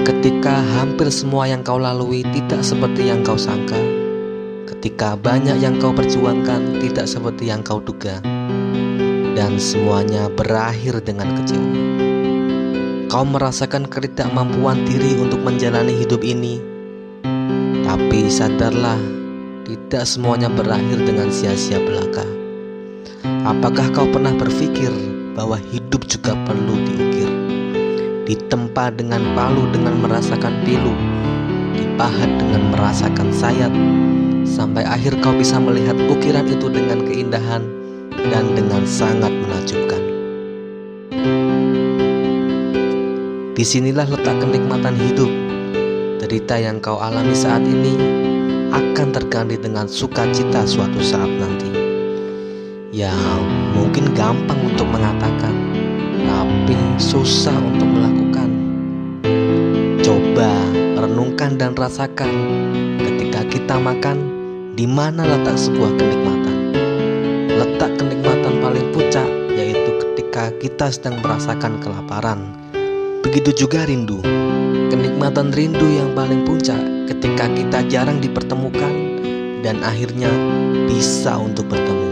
Ketika hampir semua yang kau lalui tidak seperti yang kau sangka, ketika banyak yang kau perjuangkan tidak seperti yang kau duga, dan semuanya berakhir dengan kecewa. Kau merasakan ketidakmampuan diri untuk menjalani hidup ini, tapi sadarlah, tidak semuanya berakhir dengan sia-sia belaka. Apakah kau pernah berpikir bahwa hidup juga perlu diukir, ditempa dengan palu dengan merasakan pilu, dipahat dengan merasakan sayat, sampai akhir kau bisa melihat ukiran itu dengan keindahan dan dengan sangat menakjubkan. Disinilah letak kenikmatan hidup. Derita yang kau alami saat ini akan terganti dengan sukacita suatu saat nanti. Ya, mungkin gampang untuk mengatakan, tapi susah untuk melakukan. Coba renungkan dan rasakan, ketika kita makan, di mana letak sebuah kenikmatan? Letak kenikmatan paling puncak yaitu ketika kita sedang merasakan kelaparan. Begitu juga rindu. Kenikmatan rindu yang paling puncak ketika kita jarang dipertemukan dan akhirnya bisa untuk bertemu.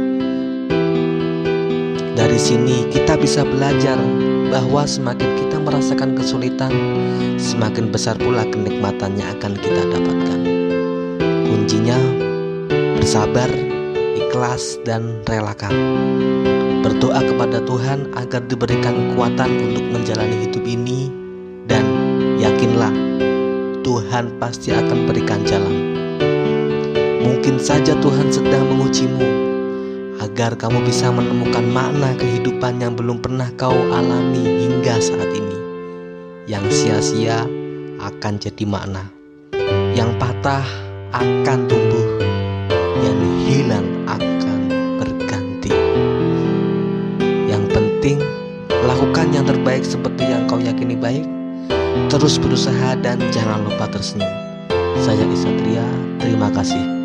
Dari sini kita bisa belajar bahwa semakin kita merasakan kesulitan, semakin besar pula kenikmatannya akan kita dapatkan. Kuncinya bersabar, ikhlas, dan relakan. Berdoa kepada Tuhan agar diberikan kekuatan untuk menjalani hidup ini, dan yakinlah Tuhan pasti akan berikan jalan. Mungkin saja Tuhan sedang mengujimu agar kamu bisa menemukan makna kehidupan yang belum pernah kau alami hingga saat ini. Yang sia-sia akan jadi makna, yang patah akan tumbuh, yang hilang akan berganti. Yang penting, lakukan yang terbaik seperti yang kau yakini baik. Terus berusaha dan jangan lupa tersenyum. Saya Isatria, terima kasih.